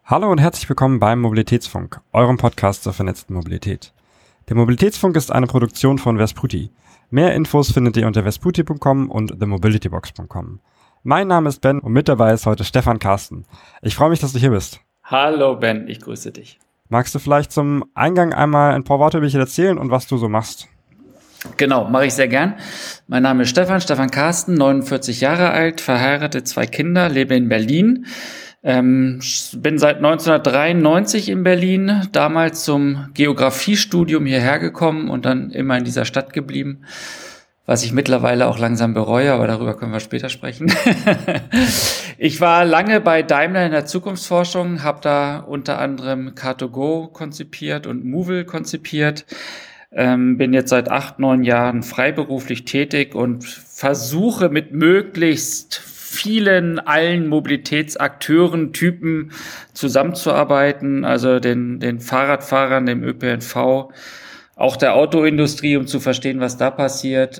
Hallo und herzlich willkommen beim Mobilitätsfunk, eurem Podcast zur vernetzten Mobilität. Der Mobilitätsfunk ist eine Produktion von Vesputi. Mehr Infos findet ihr unter vesputi.com und themobilitybox.com. Mein Name ist Ben und mit dabei ist heute Stefan Carsten. Ich freue mich, dass du hier bist. Hallo Ben, ich grüße dich. Magst du vielleicht zum Eingang einmal ein paar Worte über dich erzählen und was du so machst? Genau, mache ich sehr gern. Mein Name ist Stefan Carsten, 49 Jahre alt, verheiratet, 2 Kinder, lebe in Berlin. Bin seit 1993 in Berlin, damals zum Geografiestudium hierher gekommen und dann immer in dieser Stadt geblieben, was ich mittlerweile auch langsam bereue, aber darüber können wir später sprechen. Ich war lange bei Daimler in der Zukunftsforschung, habe da unter anderem Car2Go konzipiert und Movil konzipiert. Bin jetzt seit 8-9 Jahren freiberuflich tätig und versuche mit möglichst allen Mobilitätsakteuren, Typen zusammenzuarbeiten, also den Fahrradfahrern, dem ÖPNV, auch der Autoindustrie, um zu verstehen, was da passiert.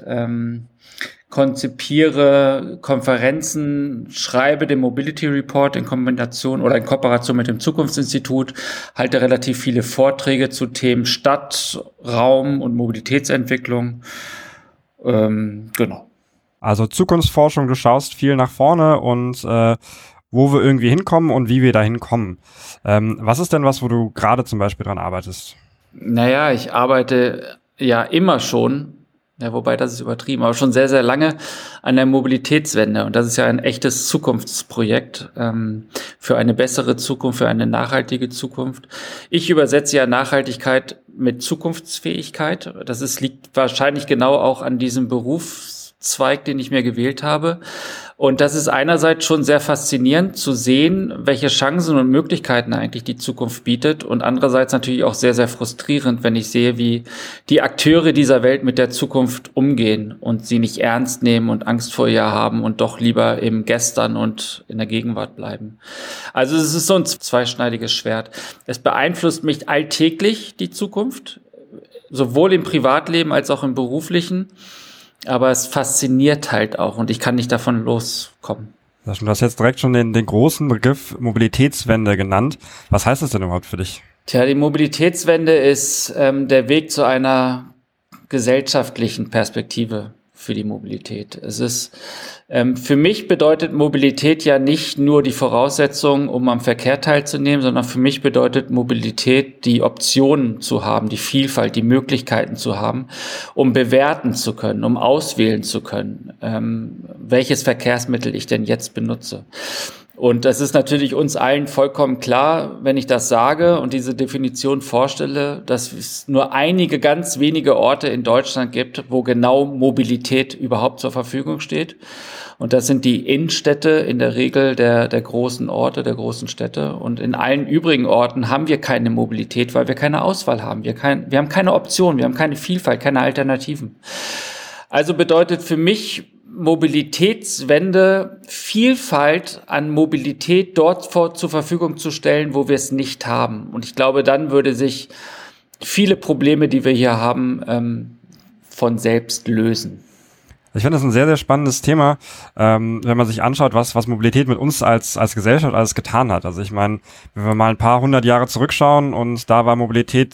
Konzipiere Konferenzen, schreibe den Mobility Report in Kombination oder in Kooperation mit dem Zukunftsinstitut, halte relativ viele Vorträge zu Themen Stadt, Raum und Mobilitätsentwicklung. Genau. Also Zukunftsforschung, du schaust viel nach vorne und wo wir irgendwie hinkommen und wie wir da hinkommen. Was ist denn was, wo du gerade zum Beispiel dran arbeitest? Naja, ich arbeite ja immer schon, ja, wobei das ist übertrieben, aber schon sehr, sehr lange an der Mobilitätswende. Und das ist ja ein echtes Zukunftsprojekt für eine bessere Zukunft, für eine nachhaltige Zukunft. Ich übersetze ja Nachhaltigkeit mit Zukunftsfähigkeit. Liegt wahrscheinlich genau auch an diesem Berufszweig, den ich mir gewählt habe. Und das ist einerseits schon sehr faszinierend zu sehen, welche Chancen und Möglichkeiten eigentlich die Zukunft bietet und andererseits natürlich auch sehr, sehr frustrierend, wenn ich sehe, wie die Akteure dieser Welt mit der Zukunft umgehen und sie nicht ernst nehmen und Angst vor ihr haben und doch lieber im Gestern und in der Gegenwart bleiben. Also es ist so ein zweischneidiges Schwert. Es beeinflusst mich alltäglich, die Zukunft, sowohl im Privatleben als auch im beruflichen. Aber es fasziniert halt auch und ich kann nicht davon loskommen. Du hast jetzt direkt schon den großen Begriff Mobilitätswende genannt. Was heißt das denn überhaupt für dich? Tja, die Mobilitätswende ist der Weg zu einer gesellschaftlichen Perspektive für die Mobilität. Es ist für mich bedeutet Mobilität ja nicht nur die Voraussetzung, um am Verkehr teilzunehmen, sondern für mich bedeutet Mobilität, die Optionen zu haben, die Vielfalt, die Möglichkeiten zu haben, um bewerten zu können, um auswählen zu können, welches Verkehrsmittel ich denn jetzt benutze. Und das ist natürlich uns allen vollkommen klar, wenn ich das sage und diese Definition vorstelle, dass es nur einige ganz wenige Orte in Deutschland gibt, wo genau Mobilität überhaupt zur Verfügung steht. Und das sind die Innenstädte in der Regel der großen Orte, der großen Städte. Und in allen übrigen Orten haben wir keine Mobilität, weil wir keine Auswahl haben. Wir haben keine Option, wir haben keine Vielfalt, keine Alternativen. Also bedeutet für mich Mobilitätswende, Vielfalt an Mobilität dort zur Verfügung zu stellen, wo wir es nicht haben. Und ich glaube, dann würde sich viele Probleme, die wir hier haben, von selbst lösen. Ich finde das ein sehr, sehr spannendes Thema, wenn man sich anschaut, was Mobilität mit uns als Gesellschaft alles getan hat. Also ich meine, wenn wir mal ein paar 100 Jahre zurückschauen und da war Mobilität,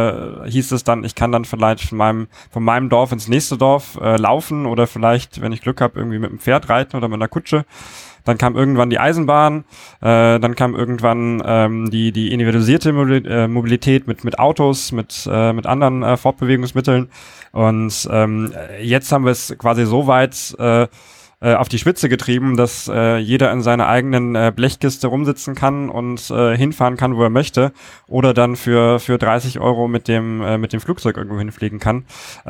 hieß es dann, ich kann dann vielleicht von meinem Dorf ins nächste Dorf laufen oder vielleicht, wenn ich Glück habe, irgendwie mit dem Pferd reiten oder mit einer Kutsche. Dann kam irgendwann die Eisenbahn, dann kam irgendwann die individualisierte Mobilität mit Autos, mit anderen Fortbewegungsmitteln. Und jetzt haben wir es quasi so weit auf die Spitze getrieben, dass jeder in seiner eigenen Blechkiste rumsitzen kann und hinfahren kann, wo er möchte, oder dann für 30 Euro mit dem Flugzeug irgendwo hinfliegen kann.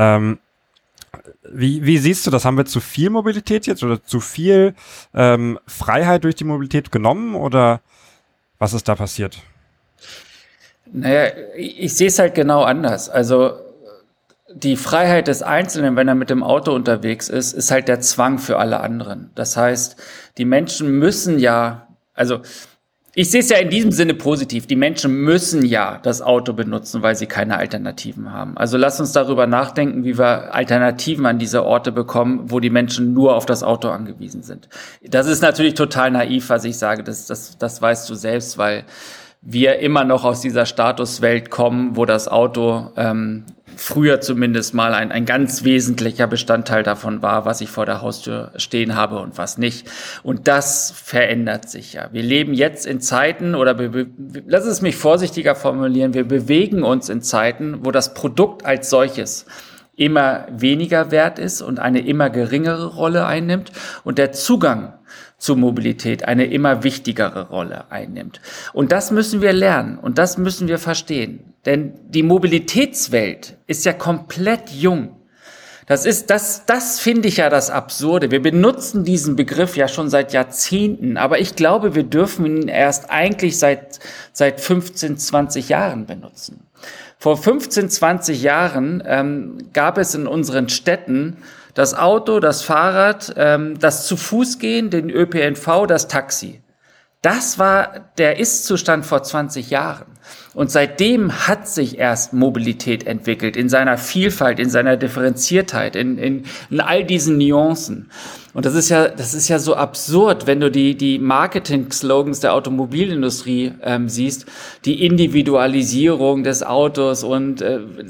Wie siehst du das? Haben wir zu viel Mobilität jetzt oder zu viel Freiheit durch die Mobilität genommen oder was ist da passiert? Naja, ich sehe es halt genau anders. Also die Freiheit des Einzelnen, wenn er mit dem Auto unterwegs ist halt der Zwang für alle anderen. Das heißt, die Menschen müssen ja, also ich sehe es ja in diesem Sinne positiv. Die Menschen müssen ja das Auto benutzen, weil sie keine Alternativen haben. Also lass uns darüber nachdenken, wie wir Alternativen an diese Orte bekommen, wo die Menschen nur auf das Auto angewiesen sind. Das ist natürlich total naiv, was ich sage. Das weißt du selbst, weil wir immer noch aus dieser Statuswelt kommen, wo das Auto früher zumindest mal ein ganz wesentlicher Bestandteil davon war, was ich vor der Haustür stehen habe und was nicht. Und das verändert sich ja. Wir leben jetzt in Zeiten, oder lass es mich vorsichtiger formulieren, wir bewegen uns in Zeiten, wo das Produkt als solches immer weniger wert ist und eine immer geringere Rolle einnimmt und der Zugang zu Mobilität eine immer wichtigere Rolle einnimmt. Und das müssen wir lernen und das müssen wir verstehen. Denn die Mobilitätswelt ist ja komplett jung. Das finde ich ja das Absurde. Wir benutzen diesen Begriff ja schon seit Jahrzehnten, aber ich glaube, wir dürfen ihn erst eigentlich seit 15, 20 Jahren benutzen. Vor 15, 20 Jahren gab es in unseren Städten das Auto, das Fahrrad, das Zu-Fuß-Gehen, den ÖPNV, das Taxi. Das war der Ist-Zustand vor 20 Jahren. Und seitdem hat sich erst Mobilität entwickelt, in seiner Vielfalt, in seiner Differenziertheit, in all diesen Nuancen. Und das ist ja so absurd, wenn du die Marketing-Slogans der Automobilindustrie siehst, die Individualisierung des Autos und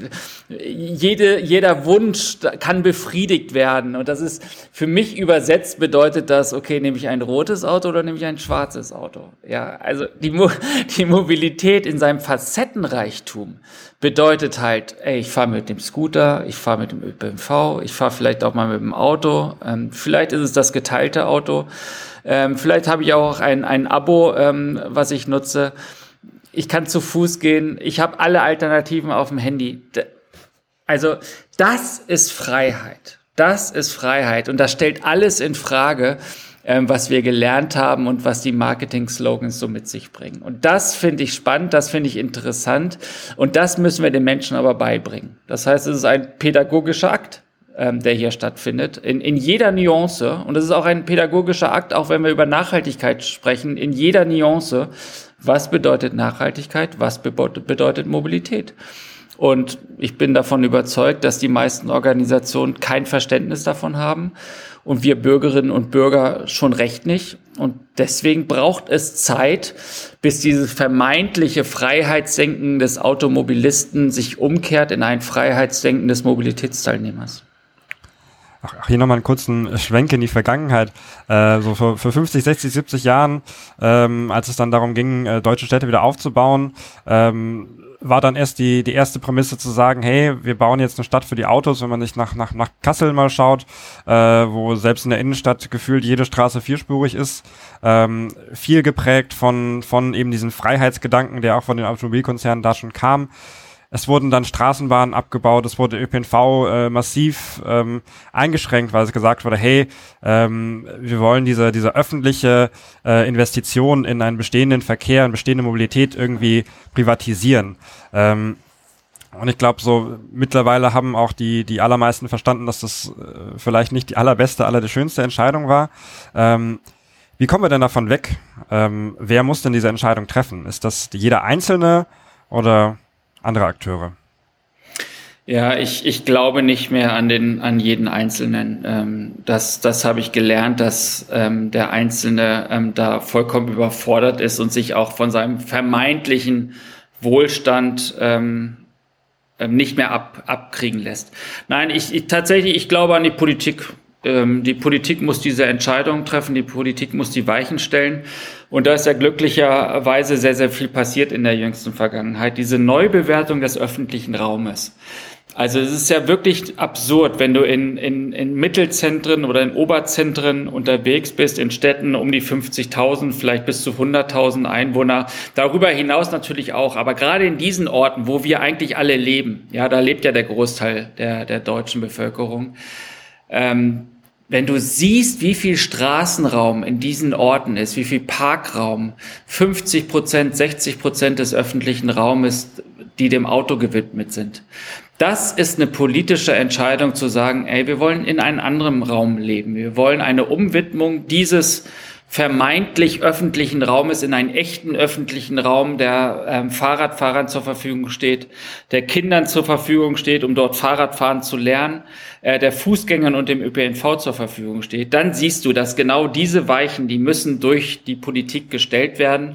jeder Wunsch kann befriedigt werden. Und das ist, für mich übersetzt bedeutet das, okay, nehme ich ein rotes Auto oder nehme ich ein schwarzes Auto? Ja, also die Mobilität in seinem Facettenreichtum bedeutet halt, ich fahre mit dem Scooter, ich fahre mit dem ÖPNV, ich fahre vielleicht auch mal mit dem Auto, vielleicht ist es das geteilte Auto, vielleicht habe ich auch ein Abo, was ich nutze, ich kann zu Fuß gehen, ich habe alle Alternativen auf dem Handy. Also das ist Freiheit, und das stellt alles in Frage, was wir gelernt haben und was die Marketing-Slogans so mit sich bringen. Und das finde ich spannend, das finde ich interessant und das müssen wir den Menschen aber beibringen. Das heißt, es ist ein pädagogischer Akt, der hier stattfindet, in jeder Nuance. Und es ist auch ein pädagogischer Akt, auch wenn wir über Nachhaltigkeit sprechen, in jeder Nuance. Was bedeutet Nachhaltigkeit? Was bedeutet Mobilität? Und ich bin davon überzeugt, dass die meisten Organisationen kein Verständnis davon haben und wir Bürgerinnen und Bürger schon recht nicht. Und deswegen braucht es Zeit, bis dieses vermeintliche Freiheitsdenken des Automobilisten sich umkehrt in ein Freiheitsdenken des Mobilitätsteilnehmers. Ach, hier nochmal einen kurzen Schwenk in die Vergangenheit. So für 50, 60, 70 Jahren, als es dann darum ging, deutsche Städte wieder aufzubauen, war dann erst die erste Prämisse zu sagen, hey, wir bauen jetzt eine Stadt für die Autos, wenn man nicht nach Kassel mal schaut, wo selbst in der Innenstadt gefühlt jede Straße vierspurig ist, viel geprägt von eben diesen Freiheitsgedanken, der auch von den Automobilkonzernen da schon kam. Es wurden dann Straßenbahnen abgebaut, es wurde ÖPNV massiv eingeschränkt, weil es gesagt wurde, hey, wir wollen diese öffentliche Investition in einen bestehenden Verkehr, in bestehende Mobilität irgendwie privatisieren. Und ich glaube, so mittlerweile haben auch die allermeisten verstanden, dass das vielleicht nicht die allerbeste, die schönste Entscheidung war. Wie kommen wir denn davon weg? Wer muss denn diese Entscheidung treffen? Ist das jeder Einzelne oder andere Akteure? Ja, ich glaube nicht mehr an jeden Einzelnen. Das habe ich gelernt, dass der Einzelne da vollkommen überfordert ist und sich auch von seinem vermeintlichen Wohlstand nicht mehr abkriegen lässt. Nein, ich glaube an die Politik. Die Politik muss diese Entscheidungen treffen, die Politik muss die Weichen stellen. Und da ist ja glücklicherweise sehr, sehr viel passiert in der jüngsten Vergangenheit. Diese Neubewertung des öffentlichen Raumes. Also es ist ja wirklich absurd, wenn du in Mittelzentren oder in Oberzentren unterwegs bist, in Städten um die 50.000, vielleicht bis zu 100.000 Einwohner. Darüber hinaus natürlich auch. Aber gerade in diesen Orten, wo wir eigentlich alle leben, ja, da lebt ja der Großteil der deutschen Bevölkerung. Wenn du siehst, wie viel Straßenraum in diesen Orten ist, wie viel Parkraum, 50%, 60% des öffentlichen Raumes, die dem Auto gewidmet sind. Das ist eine politische Entscheidung zu sagen, wir wollen in einem anderen Raum leben. Wir wollen eine Umwidmung dieses vermeintlich öffentlichen Raumes in einen echten öffentlichen Raum, der Fahrradfahrern zur Verfügung steht, der Kindern zur Verfügung steht, um dort Fahrradfahren zu lernen, der Fußgängern und dem ÖPNV zur Verfügung steht. Dann siehst du, dass genau diese Weichen, die müssen durch die Politik gestellt werden.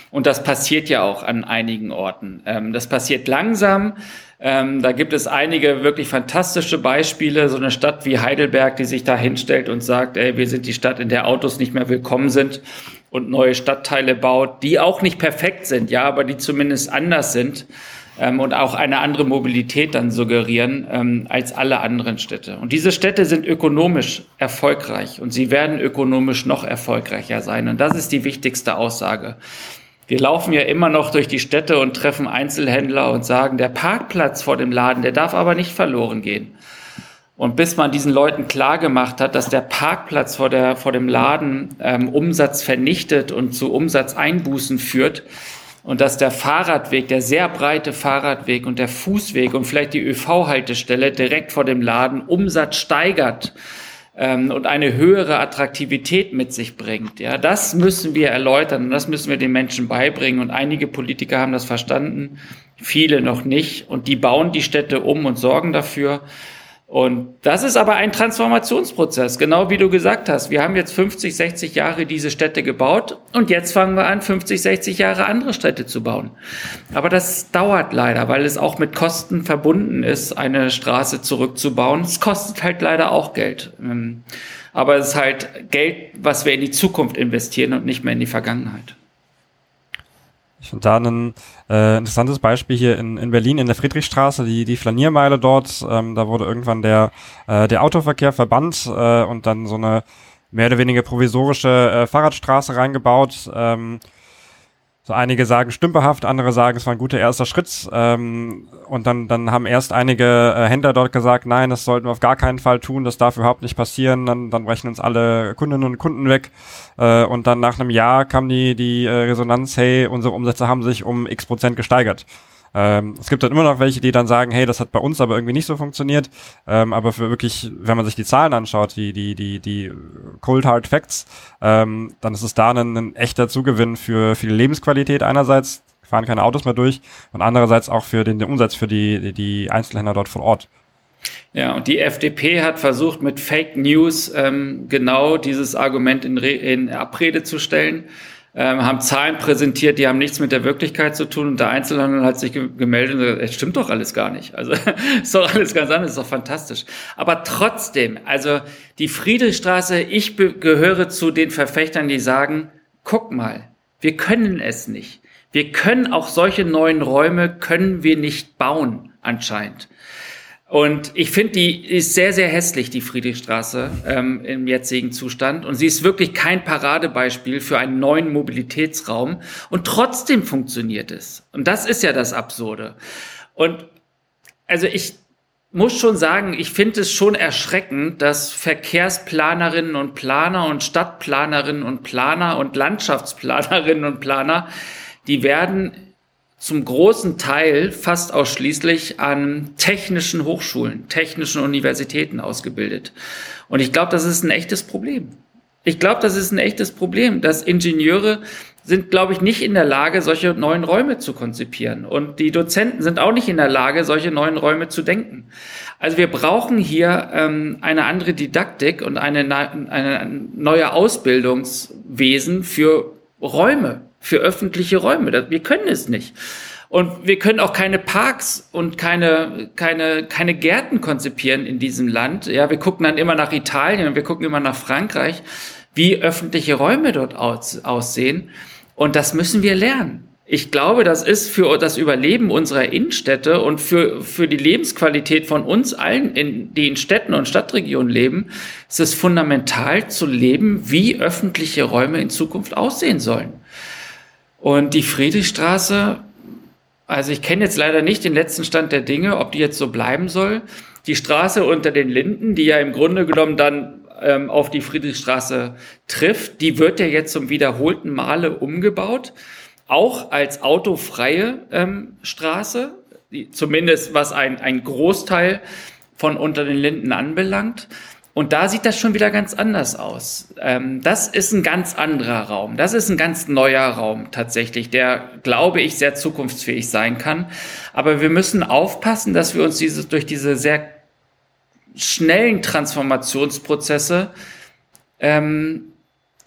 Und das passiert ja auch an einigen Orten. Das passiert langsam. Da gibt es einige wirklich fantastische Beispiele. So eine Stadt wie Heidelberg, die sich da hinstellt und sagt, ey, wir sind die Stadt, in der Autos nicht mehr willkommen sind und neue Stadtteile baut, die auch nicht perfekt sind, ja, aber die zumindest anders sind. Und auch eine andere Mobilität dann suggerieren als alle anderen Städte. Und diese Städte sind ökonomisch erfolgreich und sie werden ökonomisch noch erfolgreicher sein. Und das ist die wichtigste Aussage. Wir laufen ja immer noch durch die Städte und treffen Einzelhändler und sagen, der Parkplatz vor dem Laden, der darf aber nicht verloren gehen. Und bis man diesen Leuten klargemacht hat, dass der Parkplatz vor dem Laden Umsatz vernichtet und zu Umsatzeinbußen führt, und dass der Fahrradweg, der sehr breite Fahrradweg und der Fußweg und vielleicht die ÖV-Haltestelle direkt vor dem Laden Umsatz steigert und eine höhere Attraktivität mit sich bringt. Ja, das müssen wir erläutern und das müssen wir den Menschen beibringen. Und einige Politiker haben das verstanden, viele noch nicht. Und die bauen die Städte um und sorgen dafür. Und das ist aber ein Transformationsprozess, genau wie du gesagt hast. Wir haben jetzt 50, 60 Jahre diese Städte gebaut und jetzt fangen wir an, 50, 60 Jahre andere Städte zu bauen. Aber das dauert leider, weil es auch mit Kosten verbunden ist, eine Straße zurückzubauen. Es kostet halt leider auch Geld. Aber es ist halt Geld, was wir in die Zukunft investieren und nicht mehr in die Vergangenheit. Ich finde da ein interessantes Beispiel hier in Berlin in der Friedrichstraße, die Flaniermeile dort. Da wurde irgendwann der Autoverkehr verbannt und dann so eine mehr oder weniger provisorische Fahrradstraße reingebaut. So einige sagen stümperhaft, andere sagen, es war ein guter erster Schritt. Und dann haben erst einige Händler dort gesagt, nein, das sollten wir auf gar keinen Fall tun, das darf überhaupt nicht passieren. Dann brechen uns alle Kundinnen und Kunden weg. Und dann nach einem Jahr kam die Resonanz, hey, unsere Umsätze haben sich um X% gesteigert. Es gibt dann immer noch welche, die dann sagen, hey, das hat bei uns aber irgendwie nicht so funktioniert. Aber für wirklich, wenn man sich die Zahlen anschaut, die Cold Hard Facts, dann ist es da ein echter Zugewinn für die Lebensqualität einerseits, fahren keine Autos mehr durch, und andererseits auch für den Umsatz für die Einzelhändler dort vor Ort. Ja, und die FDP hat versucht, mit Fake News genau dieses Argument in Abrede zu stellen. Haben Zahlen präsentiert, die haben nichts mit der Wirklichkeit zu tun, und der Einzelhandel hat sich gemeldet und gesagt, es stimmt doch alles gar nicht. Also ist doch alles ganz anders, ist doch fantastisch. Aber trotzdem, also die Friedrichstraße, ich gehöre zu den Verfechtern, die sagen, guck mal, wir können es nicht. Wir können auch solche neuen Räume, können wir nicht bauen anscheinend. Und ich finde, die ist sehr, sehr hässlich, die Friedrichstraße im jetzigen Zustand. Und sie ist wirklich kein Paradebeispiel für einen neuen Mobilitätsraum. Und trotzdem funktioniert es. Und das ist ja das Absurde. Und also ich muss schon sagen, ich finde es schon erschreckend, dass Verkehrsplanerinnen und Planer und Stadtplanerinnen und Planer und Landschaftsplanerinnen und Planer, die werden zum großen Teil fast ausschließlich an technischen Hochschulen, technischen Universitäten ausgebildet. Und ich glaube, das ist ein echtes Problem. Dass Ingenieure sind, glaube ich, nicht in der Lage, solche neuen Räume zu konzipieren. Und die Dozenten sind auch nicht in der Lage, solche neuen Räume zu denken. Also wir brauchen hier eine andere Didaktik und eine neue Ausbildungswesen für Räume, für öffentliche Räume. Wir können es nicht. Und wir können auch keine Parks und keine Gärten konzipieren in diesem Land. Ja, wir gucken dann immer nach Italien und wir gucken immer nach Frankreich, wie öffentliche Räume dort aussehen. Und das müssen wir lernen. Ich glaube, das ist für das Überleben unserer Innenstädte und für die Lebensqualität von uns allen, die in Städten und Stadtregionen leben, ist es fundamental zu leben, wie öffentliche Räume in Zukunft aussehen sollen. Und die Friedrichstraße, also ich kenne jetzt leider nicht den letzten Stand der Dinge, ob die jetzt so bleiben soll. Die Straße unter den Linden, die ja im Grunde genommen dann auf die Friedrichstraße trifft, die wird ja jetzt zum wiederholten Male umgebaut, auch als autofreie Straße, zumindest was ein Großteil von unter den Linden anbelangt. Und da sieht das schon wieder ganz anders aus. Das ist ein ganz anderer Raum. Das ist ein ganz neuer Raum tatsächlich, der, glaube ich, sehr zukunftsfähig sein kann. Aber wir müssen aufpassen, dass wir uns durch diese sehr schnellen Transformationsprozesse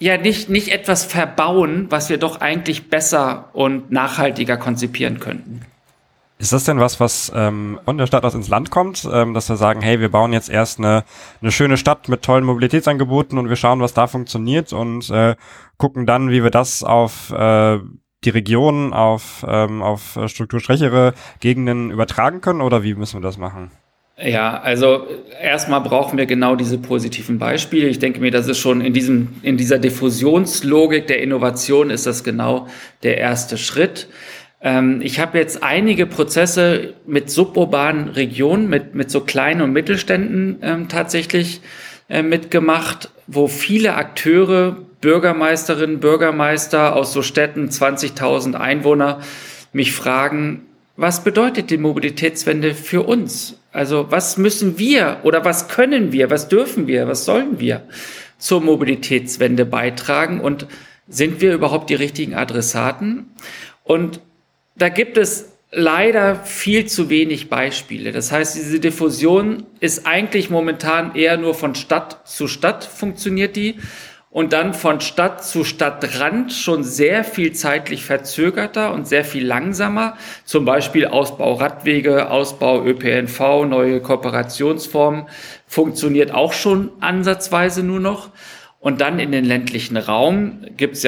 ja nicht etwas verbauen, was wir doch eigentlich besser und nachhaltiger konzipieren könnten. Ist das denn was von der Stadt aus ins Land kommt, dass wir sagen, hey, wir bauen jetzt erst eine schöne Stadt mit tollen Mobilitätsangeboten und wir schauen, was da funktioniert und gucken dann, wie wir das auf die Region, auf strukturschwächere Gegenden übertragen können, oder wie müssen wir das machen? Ja, also erstmal brauchen wir genau diese positiven Beispiele. Ich denke mir, das ist schon in dieser Diffusionslogik der Innovation ist das genau der erste Schritt. Ich habe jetzt einige Prozesse mit suburbanen Regionen, mit so kleinen und Mittelständen tatsächlich mitgemacht, wo viele Akteure, Bürgermeisterinnen, Bürgermeister aus so Städten, 20.000 Einwohner, mich fragen, was bedeutet die Mobilitätswende für uns? Also was müssen wir oder was können wir, was dürfen wir, was sollen wir zur Mobilitätswende beitragen und sind wir überhaupt die richtigen Adressaten? Und da gibt es leider viel zu wenig Beispiele. Das heißt, diese Diffusion ist eigentlich momentan eher nur von Stadt zu Stadt funktioniert die und dann von Stadt zu Stadtrand schon sehr viel zeitlich verzögerter und sehr viel langsamer. Zum Beispiel Ausbau Radwege, Ausbau ÖPNV, neue Kooperationsformen funktioniert auch schon ansatzweise nur noch. Und dann in den ländlichen Raum gibt's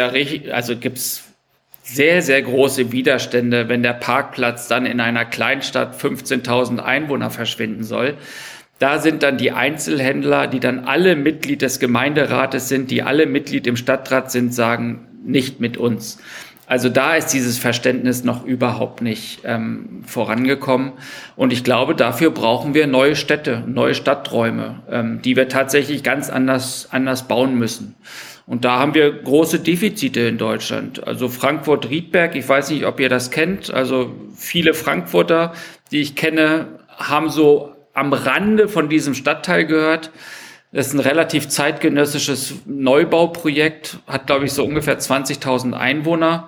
sehr, sehr große Widerstände, wenn der Parkplatz dann in einer Kleinstadt 15.000 Einwohner verschwinden soll. Da sind dann die Einzelhändler, die dann alle Mitglied des Gemeinderates sind, die alle Mitglied im Stadtrat sind, sagen, nicht mit uns. Also da ist dieses Verständnis noch überhaupt nicht vorangekommen. Und ich glaube, dafür brauchen wir neue Städte, neue Stadträume, die wir tatsächlich ganz anders bauen müssen. Und da haben wir große Defizite in Deutschland. Also Frankfurt-Riedberg, ich weiß nicht, ob ihr das kennt. Also viele Frankfurter, die ich kenne, haben so am Rande von diesem Stadtteil gehört. Das ist ein relativ zeitgenössisches Neubauprojekt, hat, glaube ich, so ungefähr 20.000 Einwohner.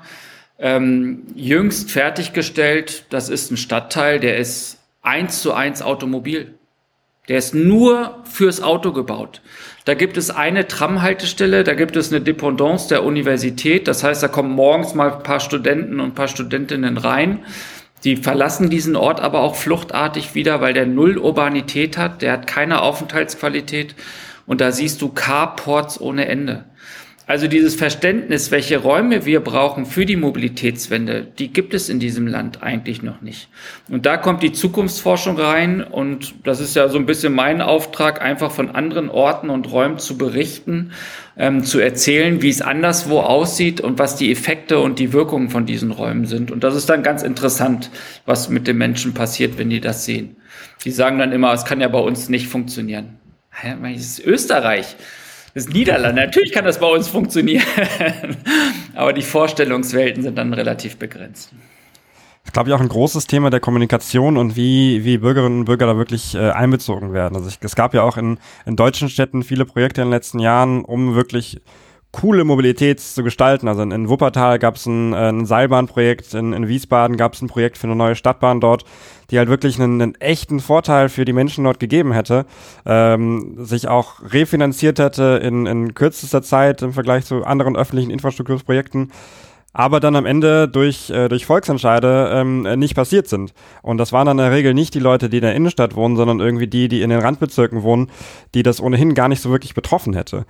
Jüngst fertiggestellt, das ist ein Stadtteil, der ist 1:1 Automobil. Der ist nur fürs Auto gebaut. Da gibt es eine Tramhaltestelle, da gibt es eine Dependance der Universität. Das heißt, da kommen morgens mal ein paar Studenten und ein paar Studentinnen rein. Die verlassen diesen Ort aber auch fluchtartig wieder, weil der null Urbanität hat. Der hat keine Aufenthaltsqualität. Und da siehst du Carports ohne Ende. Also dieses Verständnis, welche Räume wir brauchen für die Mobilitätswende, die gibt es in diesem Land eigentlich noch nicht. Und da kommt die Zukunftsforschung rein und das ist ja so ein bisschen mein Auftrag, einfach von anderen Orten und Räumen zu berichten, zu erzählen, wie es anderswo aussieht und was die Effekte und die Wirkungen von diesen Räumen sind. Und das ist dann ganz interessant, was mit den Menschen passiert, wenn die das sehen. Die sagen dann immer, es kann ja bei uns nicht funktionieren. Das ist Österreich. Das ist Niederlande. Natürlich kann das bei uns funktionieren. Aber die Vorstellungswelten sind dann relativ begrenzt. Das ist, glaube ich, auch ein großes Thema der Kommunikation und wie Bürgerinnen und Bürger da wirklich einbezogen werden. Also es gab ja auch in deutschen Städten viele Projekte in den letzten Jahren, um wirklich coole Mobilität zu gestalten. Also in Wuppertal gab es ein Seilbahnprojekt, in Wiesbaden gab es ein Projekt für eine neue Stadtbahn dort, die halt wirklich einen echten Vorteil für die Menschen dort gegeben hätte, sich auch refinanziert hätte in kürzester Zeit im Vergleich zu anderen öffentlichen Infrastrukturprojekten, aber dann am Ende durch Volksentscheide nicht passiert sind. Und das waren dann in der Regel nicht die Leute, die in der Innenstadt wohnen, sondern irgendwie die in den Randbezirken wohnen, die das ohnehin gar nicht so wirklich betroffen hätte.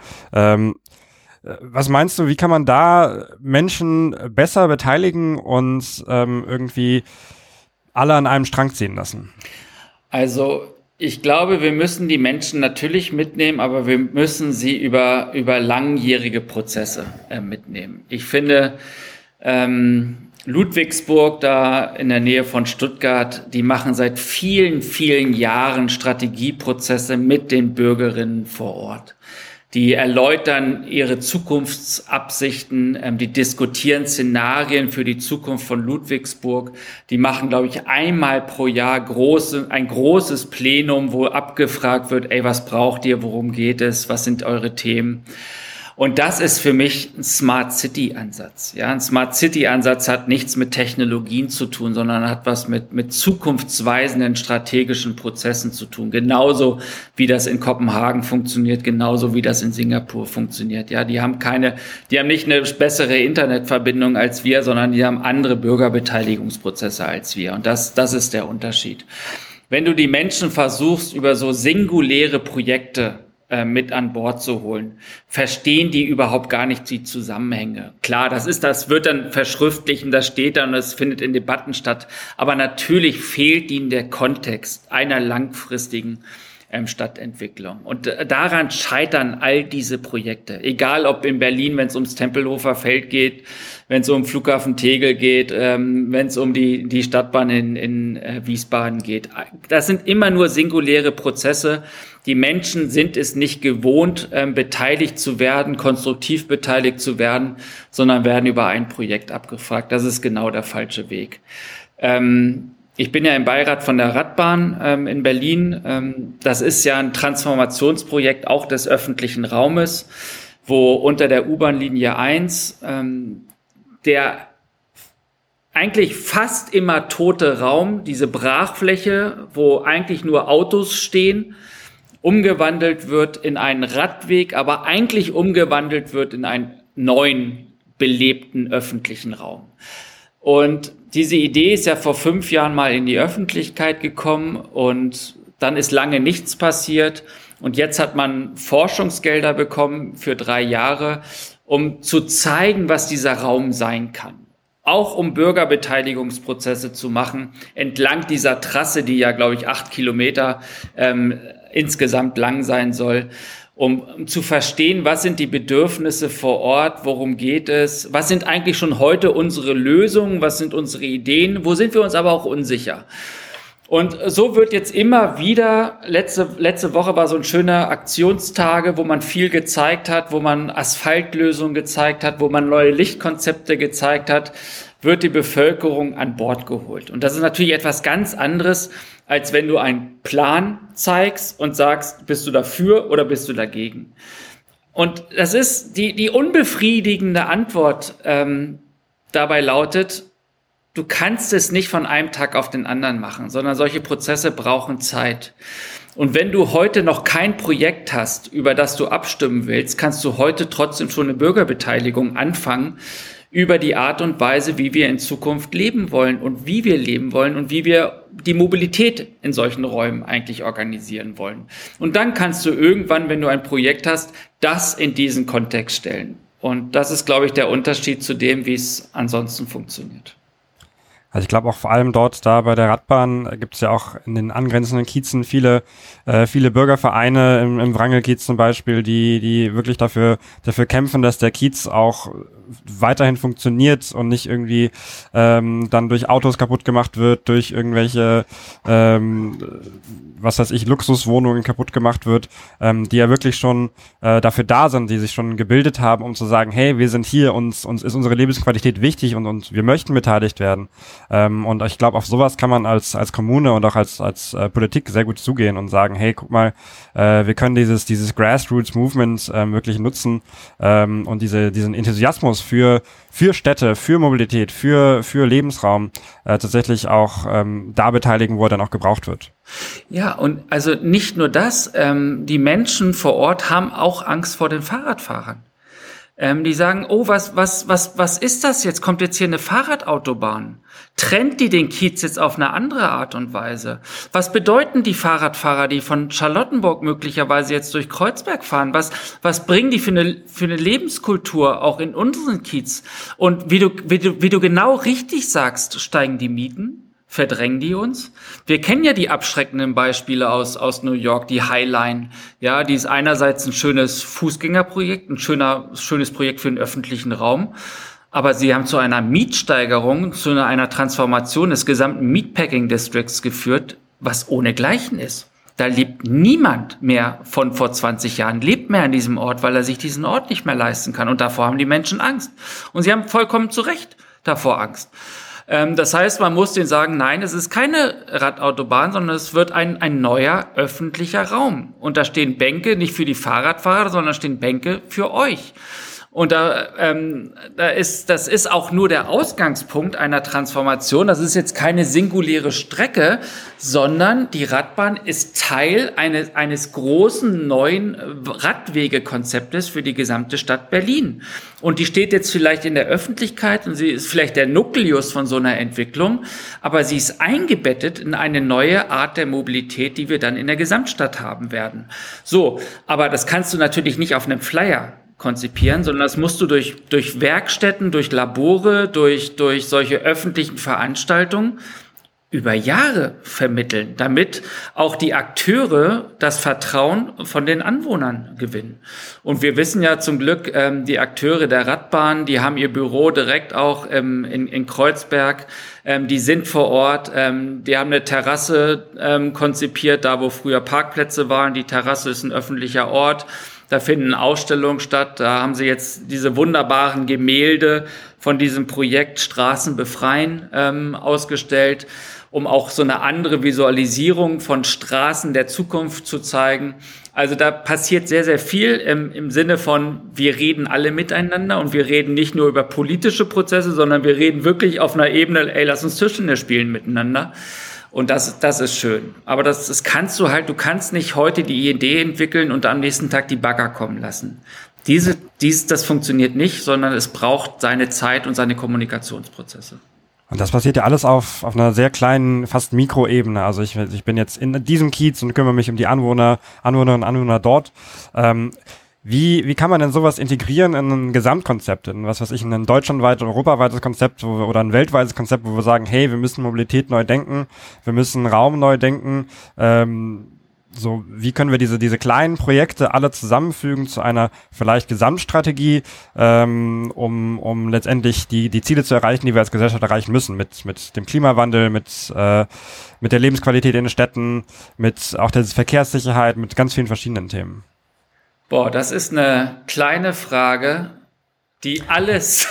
Was meinst du, wie kann man da Menschen besser beteiligen und irgendwie alle an einem Strang ziehen lassen? Also ich glaube, wir müssen die Menschen natürlich mitnehmen, aber wir müssen sie über langjährige Prozesse mitnehmen. Ich finde, Ludwigsburg da in der Nähe von Stuttgart, die machen seit vielen, vielen Jahren Strategieprozesse mit den Bürgerinnen vor Ort. Die erläutern ihre Zukunftsabsichten, die diskutieren Szenarien für die Zukunft von Ludwigsburg. Die machen, glaube ich, einmal pro Jahr ein großes Plenum, wo abgefragt wird, was braucht ihr, worum geht es, was sind eure Themen? Und das ist für mich ein Smart City Ansatz. Ja, ein Smart City Ansatz hat nichts mit Technologien zu tun, sondern hat was mit zukunftsweisenden strategischen Prozessen zu tun. Genauso wie das in Kopenhagen funktioniert, genauso wie das in Singapur funktioniert. Ja, die haben nicht eine bessere Internetverbindung als wir, sondern die haben andere Bürgerbeteiligungsprozesse als wir. Und das ist der Unterschied. Wenn du die Menschen versuchst, über so singuläre Projekte mit an Bord zu holen, verstehen die überhaupt gar nicht die Zusammenhänge. Klar, das wird dann verschriftlichen, das steht dann und es findet in Debatten statt, aber natürlich fehlt ihnen der Kontext einer langfristigen Stadtentwicklung. Und daran scheitern all diese Projekte. Egal ob in Berlin, wenn es ums Tempelhofer Feld geht, wenn es um Flughafen Tegel geht, wenn es um die Stadtbahn in Wiesbaden geht. Das sind immer nur singuläre Prozesse. Die Menschen sind es nicht gewohnt, beteiligt zu werden, konstruktiv beteiligt zu werden, sondern werden über ein Projekt abgefragt. Das ist genau der falsche Weg. Ich bin ja im Beirat von der Radbahn in Berlin. Das ist ja ein Transformationsprojekt auch des öffentlichen Raumes, wo unter der U-Bahn-Linie 1 der eigentlich fast immer tote Raum, diese Brachfläche, wo eigentlich nur Autos stehen, umgewandelt wird in einen Radweg, aber eigentlich umgewandelt wird in einen neuen, belebten öffentlichen Raum. Und diese Idee ist ja vor 5 Jahren mal in die Öffentlichkeit gekommen und dann ist lange nichts passiert. Und jetzt hat man Forschungsgelder bekommen für 3 Jahre, um zu zeigen, was dieser Raum sein kann. Auch um Bürgerbeteiligungsprozesse zu machen, entlang dieser Trasse, die ja, glaube ich, 8 Kilometer insgesamt lang sein soll, um zu verstehen, was sind die Bedürfnisse vor Ort, worum geht es, was sind eigentlich schon heute unsere Lösungen, was sind unsere Ideen, wo sind wir uns aber auch unsicher. Und so wird jetzt immer wieder, letzte Woche war so ein schöner Aktionstage, wo man viel gezeigt hat, wo man Asphaltlösungen gezeigt hat, wo man neue Lichtkonzepte gezeigt hat, wird die Bevölkerung an Bord geholt. Und das ist natürlich etwas ganz anderes, als wenn du einen Plan zeigst und sagst, bist du dafür oder bist du dagegen? Und das ist die unbefriedigende Antwort dabei lautet, du kannst es nicht von einem Tag auf den anderen machen, sondern solche Prozesse brauchen Zeit. Und wenn du heute noch kein Projekt hast, über das du abstimmen willst, kannst du heute trotzdem schon eine Bürgerbeteiligung anfangen über die Art und Weise, wie wir in Zukunft leben wollen und wie wir leben wollen und wie wir die Mobilität in solchen Räumen eigentlich organisieren wollen. Und dann kannst du irgendwann, wenn du ein Projekt hast, das in diesen Kontext stellen. Und das ist, glaube ich, der Unterschied zu dem, wie es ansonsten funktioniert. Also ich glaube auch vor allem dort da bei der Radbahn gibt es ja auch in den angrenzenden Kiezen viele Bürgervereine, im Wrangelkiez zum Beispiel, die wirklich dafür kämpfen, dass der Kiez auch weiterhin funktioniert und nicht irgendwie dann durch Autos kaputt gemacht wird, durch irgendwelche was weiß ich, Luxuswohnungen kaputt gemacht wird, die ja wirklich schon dafür da sind, die sich schon gebildet haben, um zu sagen, hey, wir sind hier, uns ist unsere Lebensqualität wichtig und wir möchten beteiligt werden. Und ich glaube, auf sowas kann man als Kommune und auch als Politik sehr gut zugehen und sagen, hey, guck mal, wir können dieses Grassroots-Movement wirklich nutzen und diesen Enthusiasmus für Städte, für Mobilität, für Lebensraum tatsächlich auch da beteiligen, wo er dann auch gebraucht wird. Ja, und also nicht nur das, die Menschen vor Ort haben auch Angst vor den Fahrradfahrern. Die sagen, oh, was ist das jetzt? Kommt jetzt hier eine Fahrradautobahn? Trennt die den Kiez jetzt auf eine andere Art und Weise? Was bedeuten die Fahrradfahrer, die von Charlottenburg möglicherweise jetzt durch Kreuzberg fahren? Was bringen die für eine Lebenskultur auch in unseren Kiez? Und wie du genau richtig sagst, steigen die Mieten? Verdrängen die uns? Wir kennen ja die abschreckenden Beispiele aus New York, die Highline. Ja, die ist einerseits ein schönes Fußgängerprojekt, ein schönes Projekt für den öffentlichen Raum. Aber sie haben zu einer Mietsteigerung, zu einer Transformation des gesamten Meatpacking Districts geführt, was ohnegleichen ist. Da lebt niemand mehr von vor 20 Jahren, lebt mehr an diesem Ort, weil er sich diesen Ort nicht mehr leisten kann. Und davor haben die Menschen Angst. Und sie haben vollkommen zu Recht davor Angst. Das heißt, man muss denen sagen, nein, es ist keine Radautobahn, sondern es wird ein neuer öffentlicher Raum. Und da stehen Bänke nicht für die Fahrradfahrer, sondern stehen Bänke für euch. Und das ist auch nur der Ausgangspunkt einer Transformation. Das ist jetzt keine singuläre Strecke, sondern die Radbahn ist Teil eines großen neuen Radwegekonzeptes für die gesamte Stadt Berlin. Und die steht jetzt vielleicht in der Öffentlichkeit und sie ist vielleicht der Nukleus von so einer Entwicklung, aber sie ist eingebettet in eine neue Art der Mobilität, die wir dann in der Gesamtstadt haben werden. So, aber das kannst du natürlich nicht auf einem Flyer konzipieren, sondern das musst du durch Werkstätten, durch Labore, durch solche öffentlichen Veranstaltungen über Jahre vermitteln, damit auch die Akteure das Vertrauen von den Anwohnern gewinnen. Und wir wissen ja zum Glück, die Akteure der Radbahn, die haben ihr Büro direkt auch in Kreuzberg, die sind vor Ort, die haben eine Terrasse konzipiert, da wo früher Parkplätze waren. Die Terrasse ist ein öffentlicher Ort. Da finden Ausstellungen statt. Da haben sie jetzt diese wunderbaren Gemälde von diesem Projekt Straßen befreien ausgestellt, um auch so eine andere Visualisierung von Straßen der Zukunft zu zeigen. Also da passiert sehr, sehr viel im Sinne von, wir reden alle miteinander und wir reden nicht nur über politische Prozesse, sondern wir reden wirklich auf einer Ebene, lass uns Tischtennis spielen miteinander. Und das ist schön. Aber das kannst du kannst nicht heute die Idee entwickeln und am nächsten Tag die Bagger kommen lassen. Das funktioniert nicht, sondern es braucht seine Zeit und seine Kommunikationsprozesse. Und das passiert ja alles auf einer sehr kleinen, fast Mikroebene. Also ich bin jetzt in diesem Kiez und kümmere mich um die Anwohnerinnen und Anwohner dort. Wie kann man denn sowas integrieren in ein Gesamtkonzept, in ein deutschlandweites, europaweites Konzept oder ein weltweites Konzept, wo wir sagen, hey, wir müssen Mobilität neu denken, wir müssen Raum neu denken. Wie können wir diese kleinen Projekte alle zusammenfügen zu einer vielleicht Gesamtstrategie, um letztendlich die Ziele zu erreichen, die wir als Gesellschaft erreichen müssen, mit dem Klimawandel, mit der Lebensqualität in den Städten, mit auch der Verkehrssicherheit, mit ganz vielen verschiedenen Themen. Boah, das ist eine kleine Frage, die alles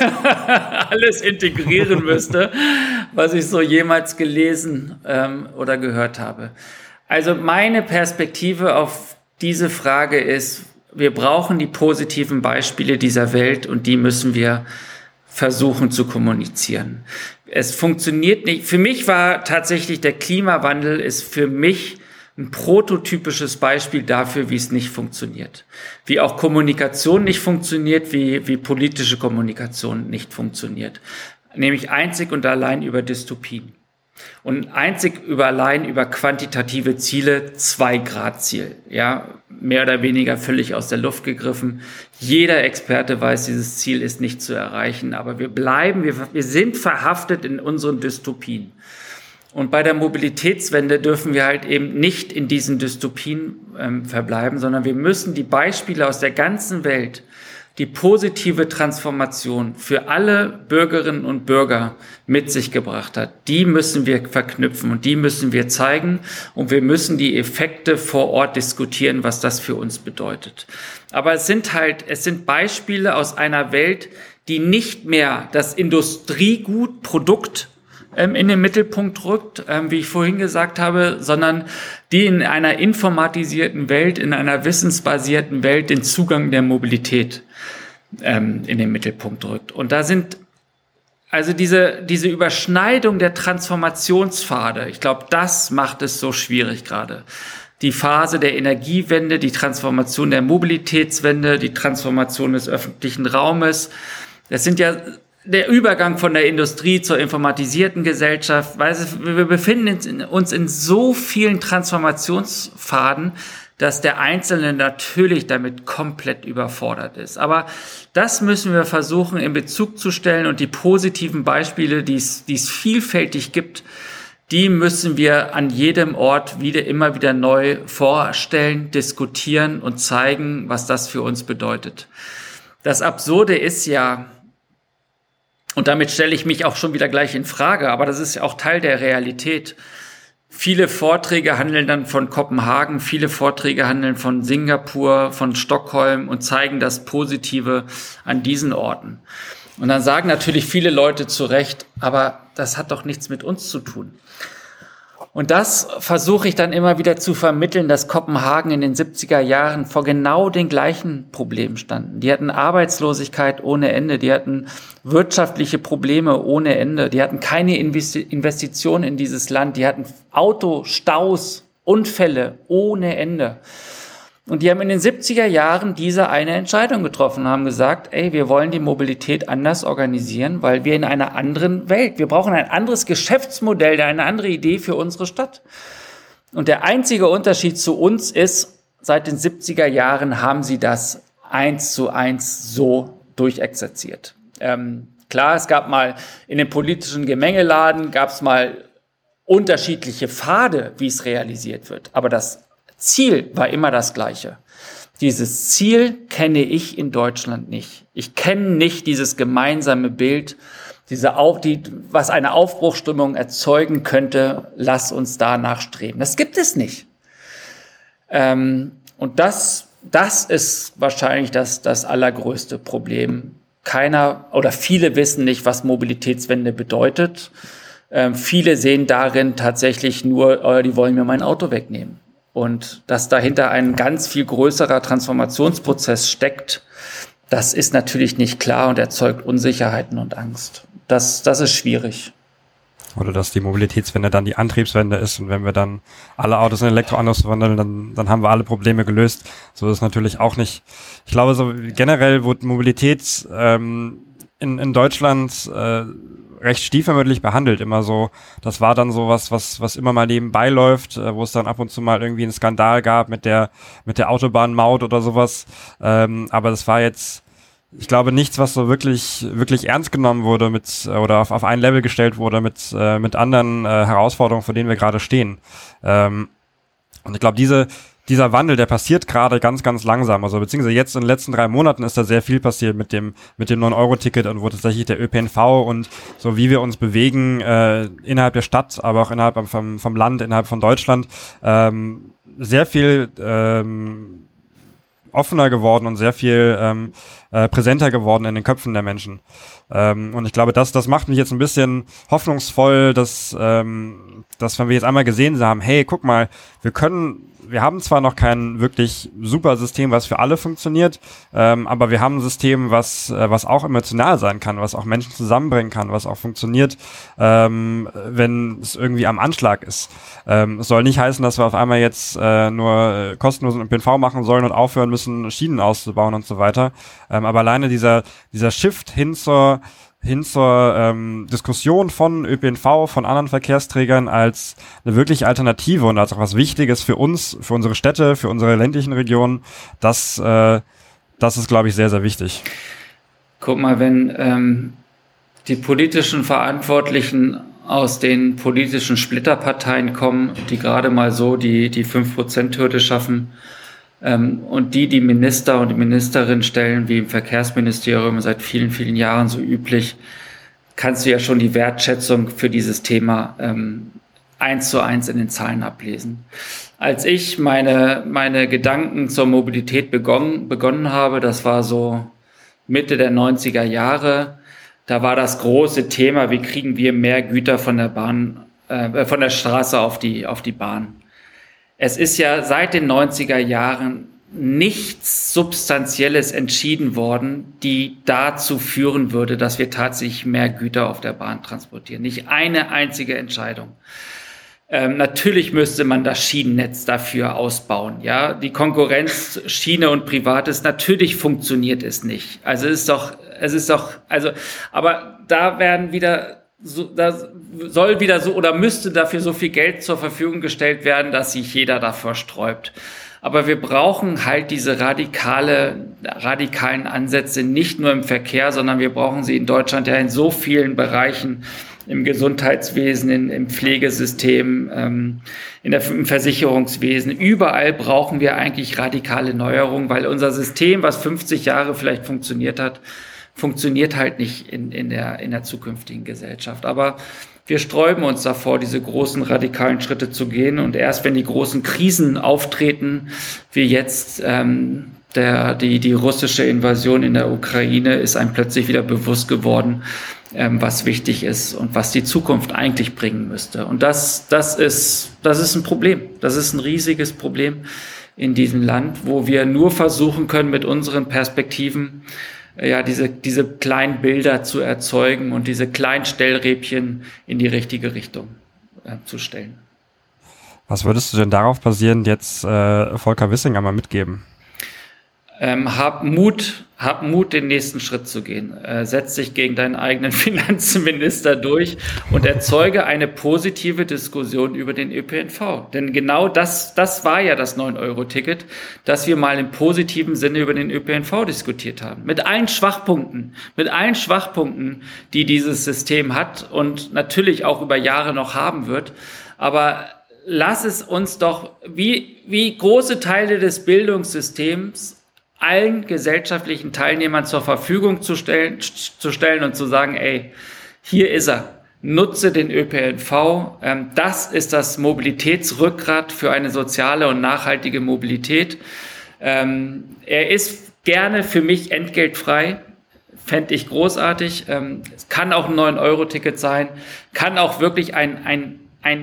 integrieren müsste, was ich so jemals gelesen oder gehört habe. Also meine Perspektive auf diese Frage ist, wir brauchen die positiven Beispiele dieser Welt und die müssen wir versuchen zu kommunizieren. Es funktioniert nicht. Für mich war tatsächlich der Klimawandel ist für mich ein prototypisches Beispiel dafür, wie es nicht funktioniert. Wie auch Kommunikation nicht funktioniert, wie politische Kommunikation nicht funktioniert. Nämlich einzig und allein über Dystopien. Und allein über quantitative Ziele, 2-Grad-Ziel. Ja, mehr oder weniger völlig aus der Luft gegriffen. Jeder Experte weiß, dieses Ziel ist nicht zu erreichen. Aber wir sind verhaftet in unseren Dystopien. Und bei der Mobilitätswende dürfen wir halt eben nicht in diesen Dystopien verbleiben, sondern wir müssen die Beispiele aus der ganzen Welt, die positive Transformation für alle Bürgerinnen und Bürger mit sich gebracht hat, die müssen wir verknüpfen und die müssen wir zeigen und wir müssen die Effekte vor Ort diskutieren, was das für uns bedeutet. Aber es sind Beispiele aus einer Welt, die nicht mehr das Industriegut, Produkt in den Mittelpunkt rückt, wie ich vorhin gesagt habe, sondern die in einer informatisierten Welt, in einer wissensbasierten Welt den Zugang der Mobilität in den Mittelpunkt rückt. Und da sind also diese Überschneidung der Transformationspfade, ich glaube, das macht es so schwierig gerade. Die Phase der Energiewende, die Transformation der Mobilitätswende, die Transformation des öffentlichen Raumes, das sind ja der Übergang von der Industrie zur informatisierten Gesellschaft. Wir befinden uns in so vielen Transformationspfaden, dass der Einzelne natürlich damit komplett überfordert ist. Aber das müssen wir versuchen in Bezug zu stellen und die positiven Beispiele, die es vielfältig gibt, die müssen wir an jedem Ort immer wieder neu vorstellen, diskutieren und zeigen, was das für uns bedeutet. Das Absurde ist ja, und damit stelle ich mich auch schon wieder gleich in Frage, aber das ist ja auch Teil der Realität. Viele Vorträge handeln dann von Kopenhagen, viele Vorträge handeln von Singapur, von Stockholm und zeigen das Positive an diesen Orten. Und dann sagen natürlich viele Leute zu Recht, aber das hat doch nichts mit uns zu tun. Und das versuche ich dann immer wieder zu vermitteln, dass Kopenhagen in den 70er Jahren vor genau den gleichen Problemen standen. Die hatten Arbeitslosigkeit ohne Ende, die hatten wirtschaftliche Probleme ohne Ende, die hatten keine Investitionen in dieses Land, die hatten Autostaus, Unfälle ohne Ende. Und die haben in den 70er Jahren diese eine Entscheidung getroffen, haben gesagt, wir wollen die Mobilität anders organisieren, weil wir in einer anderen Welt, wir brauchen ein anderes Geschäftsmodell, eine andere Idee für unsere Stadt. Und der einzige Unterschied zu uns ist, seit den 70er Jahren haben sie das 1:1 so durchexerziert. Klar, es gab mal in den politischen Gemengeladen, gab es mal unterschiedliche Pfade, wie es realisiert wird, aber das Ziel war immer das gleiche. Dieses Ziel kenne ich in Deutschland nicht. Ich kenne nicht dieses gemeinsame Bild, was eine Aufbruchsstimmung erzeugen könnte. Lass uns danach streben. Das gibt es nicht. Und das ist wahrscheinlich das allergrößte Problem. Keiner oder viele wissen nicht, was Mobilitätswende bedeutet. Viele sehen darin tatsächlich nur, die wollen mir mein Auto wegnehmen. Und dass dahinter ein ganz viel größerer Transformationsprozess steckt, das ist natürlich nicht klar und erzeugt Unsicherheiten und Angst. Das ist schwierig. Oder dass die Mobilitätswende dann die Antriebswende ist und wenn wir dann alle Autos in Elektroautos wandeln, dann haben wir alle Probleme gelöst. So ist es natürlich auch nicht. Ich glaube, so generell wurde Mobilität in Deutschland recht stiefmütterlich behandelt, immer so. Das war dann so was immer mal nebenbei läuft, wo es dann ab und zu mal irgendwie einen Skandal gab mit der Autobahnmaut oder sowas. Aber das war jetzt, ich glaube, nichts, was so wirklich ernst genommen wurde oder auf ein Level gestellt wurde mit anderen Herausforderungen, vor denen wir gerade stehen. Und ich glaube, dieser Wandel, der passiert gerade ganz, ganz langsam. Also beziehungsweise jetzt in den letzten 3 Monaten ist da sehr viel passiert mit dem 9-Euro-Ticket und wo tatsächlich der ÖPNV und so wie wir uns bewegen innerhalb der Stadt, aber auch innerhalb vom Land, innerhalb von Deutschland sehr viel offener geworden und sehr viel präsenter geworden in den Köpfen der Menschen. Und ich glaube, das macht mich jetzt ein bisschen hoffnungsvoll, dass wenn wir jetzt einmal gesehen haben, hey, guck mal, wir haben zwar noch kein wirklich super System, was für alle funktioniert, aber wir haben ein System, was auch emotional sein kann, was auch Menschen zusammenbringen kann, was auch funktioniert, wenn es irgendwie am Anschlag ist. Es soll nicht heißen, dass wir auf einmal jetzt nur kostenlosen ÖPNV machen sollen und aufhören müssen, Schienen auszubauen und so weiter. Aber alleine dieser Shift hin zur Diskussion von ÖPNV, von anderen Verkehrsträgern als eine wirkliche Alternative und als auch was Wichtiges für uns, für unsere Städte, für unsere ländlichen Regionen, das ist, glaube ich, sehr, sehr wichtig. Guck mal, wenn die politischen Verantwortlichen aus den politischen Splitterparteien kommen, die gerade mal so die 5%-Hürde schaffen, und die Minister und die Ministerin stellen, wie im Verkehrsministerium seit vielen, vielen Jahren so üblich, kannst du ja schon die Wertschätzung für dieses Thema 1:1 in den Zahlen ablesen. Als ich meine Gedanken zur Mobilität begonnen habe, das war so Mitte der 90er Jahre, da war das große Thema, wie kriegen wir mehr Güter von der Straße auf die Bahn. Es ist ja seit den 90er Jahren nichts Substanzielles entschieden worden, die dazu führen würde, dass wir tatsächlich mehr Güter auf der Bahn transportieren. Nicht eine einzige Entscheidung. Natürlich müsste man das Schienennetz dafür ausbauen. Ja, die Konkurrenz Schiene und Privates, natürlich funktioniert es nicht. Aber da werden wieder müsste dafür so viel Geld zur Verfügung gestellt werden, dass sich jeder davor sträubt. Aber wir brauchen halt diese radikalen Ansätze nicht nur im Verkehr, sondern wir brauchen sie in Deutschland ja in so vielen Bereichen, im Gesundheitswesen, im Pflegesystem, im Versicherungswesen. Überall brauchen wir eigentlich radikale Neuerungen, weil unser System, was 50 Jahre vielleicht funktioniert hat, funktioniert halt nicht in der zukünftigen Gesellschaft. Aber wir sträuben uns davor, diese großen radikalen Schritte zu gehen. Und erst wenn die großen Krisen auftreten, wie jetzt die russische Invasion in der Ukraine ist einem plötzlich wieder bewusst geworden, was wichtig ist und was die Zukunft eigentlich bringen müsste. Und das ist ein Problem. Das ist ein riesiges Problem in diesem Land, wo wir nur versuchen können, mit unseren Perspektiven diese kleinen Bilder zu erzeugen und diese kleinen Stellräbchen in die richtige Richtung zu stellen. Was würdest du denn darauf basierend jetzt Volker Wissing einmal mitgeben? Hab Mut, den nächsten Schritt zu gehen. Setz dich gegen deinen eigenen Finanzminister durch und erzeuge eine positive Diskussion über den ÖPNV. Denn genau das war ja das 9-Euro-Ticket, dass wir mal im positiven Sinne über den ÖPNV diskutiert haben. Mit allen Schwachpunkten, die dieses System hat und natürlich auch über Jahre noch haben wird. Aber lass es uns doch wie große Teile des Bildungssystems allen gesellschaftlichen Teilnehmern zur Verfügung zu stellen und zu sagen, ey, hier ist er, nutze den ÖPNV, das ist das Mobilitätsrückgrat für eine soziale und nachhaltige Mobilität. Er ist gerne für mich entgeltfrei, fände ich großartig, es kann auch ein 9-Euro-Ticket sein, kann auch wirklich ein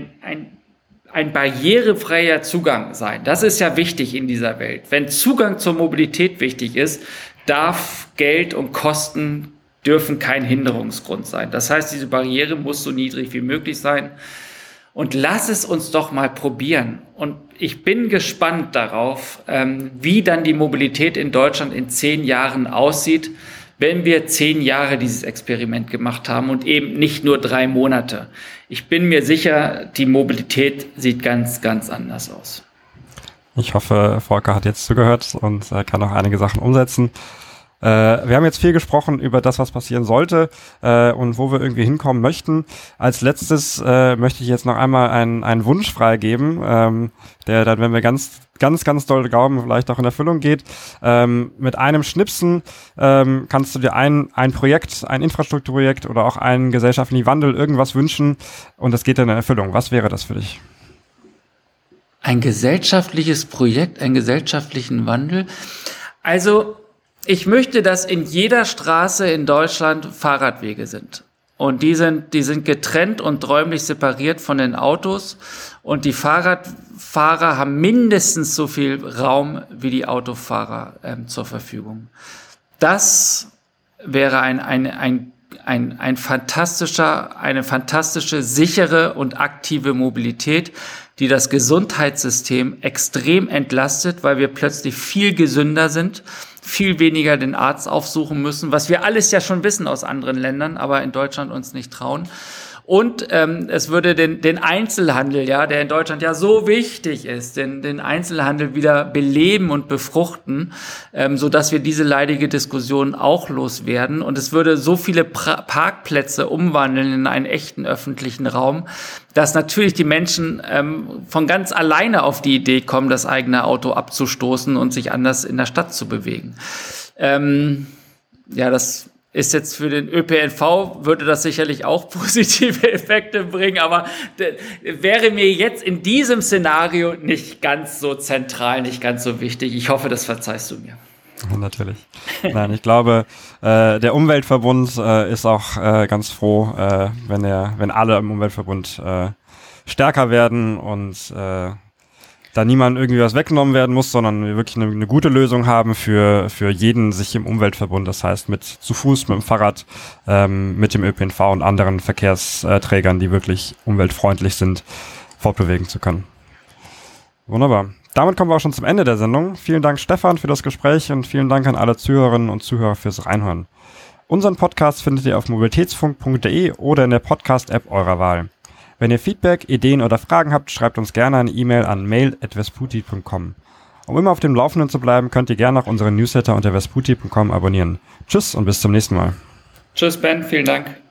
barrierefreier Zugang sein. Das ist ja wichtig in dieser Welt. Wenn Zugang zur Mobilität wichtig ist, darf Geld und Kosten dürfen kein Hinderungsgrund sein. Das heißt, diese Barriere muss so niedrig wie möglich sein. Und lass es uns doch mal probieren. Und ich bin gespannt darauf, wie dann die Mobilität in Deutschland in 10 Jahren aussieht, wenn wir 10 Jahre dieses Experiment gemacht haben und eben nicht nur 3 Monate. Ich bin mir sicher, die Mobilität sieht ganz, ganz anders aus. Ich hoffe, Volker hat jetzt zugehört und kann auch einige Sachen umsetzen. Wir haben jetzt viel gesprochen über das, was passieren sollte und wo wir irgendwie hinkommen möchten. Als letztes möchte ich jetzt noch einmal einen Wunsch freigeben, der dann, wenn wir ganz doll glauben, vielleicht auch in Erfüllung geht. Mit einem Schnipsen kannst du dir ein Projekt, ein Infrastrukturprojekt oder auch einen gesellschaftlichen Wandel, irgendwas wünschen und das geht dann in Erfüllung. Was wäre das für dich? Ein gesellschaftliches Projekt, einen gesellschaftlichen Wandel? Also ich möchte, dass in jeder Straße in Deutschland Fahrradwege sind. Und die sind getrennt und räumlich separiert von den Autos. Und die Fahrradfahrer haben mindestens so viel Raum wie die Autofahrer zur Verfügung. Das wäre eine fantastische, sichere und aktive Mobilität, die das Gesundheitssystem extrem entlastet, weil wir plötzlich viel gesünder sind, viel weniger den Arzt aufsuchen müssen, was wir alles ja schon wissen aus anderen Ländern, aber in Deutschland uns nicht trauen. Und es würde den Einzelhandel, ja, der in Deutschland ja so wichtig ist, den Einzelhandel wieder beleben und befruchten, so dass wir diese leidige Diskussion auch loswerden. Und es würde so viele Parkplätze umwandeln in einen echten öffentlichen Raum, dass natürlich die Menschen von ganz alleine auf die Idee kommen, das eigene Auto abzustoßen und sich anders in der Stadt zu bewegen. Das ist jetzt für den ÖPNV, würde das sicherlich auch positive Effekte bringen, aber wäre mir jetzt in diesem Szenario nicht ganz so zentral, nicht ganz so wichtig. Ich hoffe, das verzeihst du mir. Natürlich. Nein, ich glaube, der Umweltverbund ist auch ganz froh, wenn alle im Umweltverbund stärker werden und da niemand irgendwie was weggenommen werden muss, sondern wir wirklich eine gute Lösung haben für jeden sich im Umweltverbund, das heißt zu Fuß, mit dem Fahrrad, mit dem ÖPNV und anderen Verkehrsträgern, die wirklich umweltfreundlich sind, fortbewegen zu können. Wunderbar. Damit kommen wir auch schon zum Ende der Sendung. Vielen Dank, Stefan, für das Gespräch und vielen Dank an alle Zuhörerinnen und Zuhörer fürs Reinhören. Unseren Podcast findet ihr auf mobilitätsfunk.de oder in der Podcast-App eurer Wahl. Wenn ihr Feedback, Ideen oder Fragen habt, schreibt uns gerne eine E-Mail an mail@vesputi.com. Um immer auf dem Laufenden zu bleiben, könnt ihr gerne auch unseren Newsletter unter vesputi.com abonnieren. Tschüss und bis zum nächsten Mal. Tschüss Ben, vielen Dank.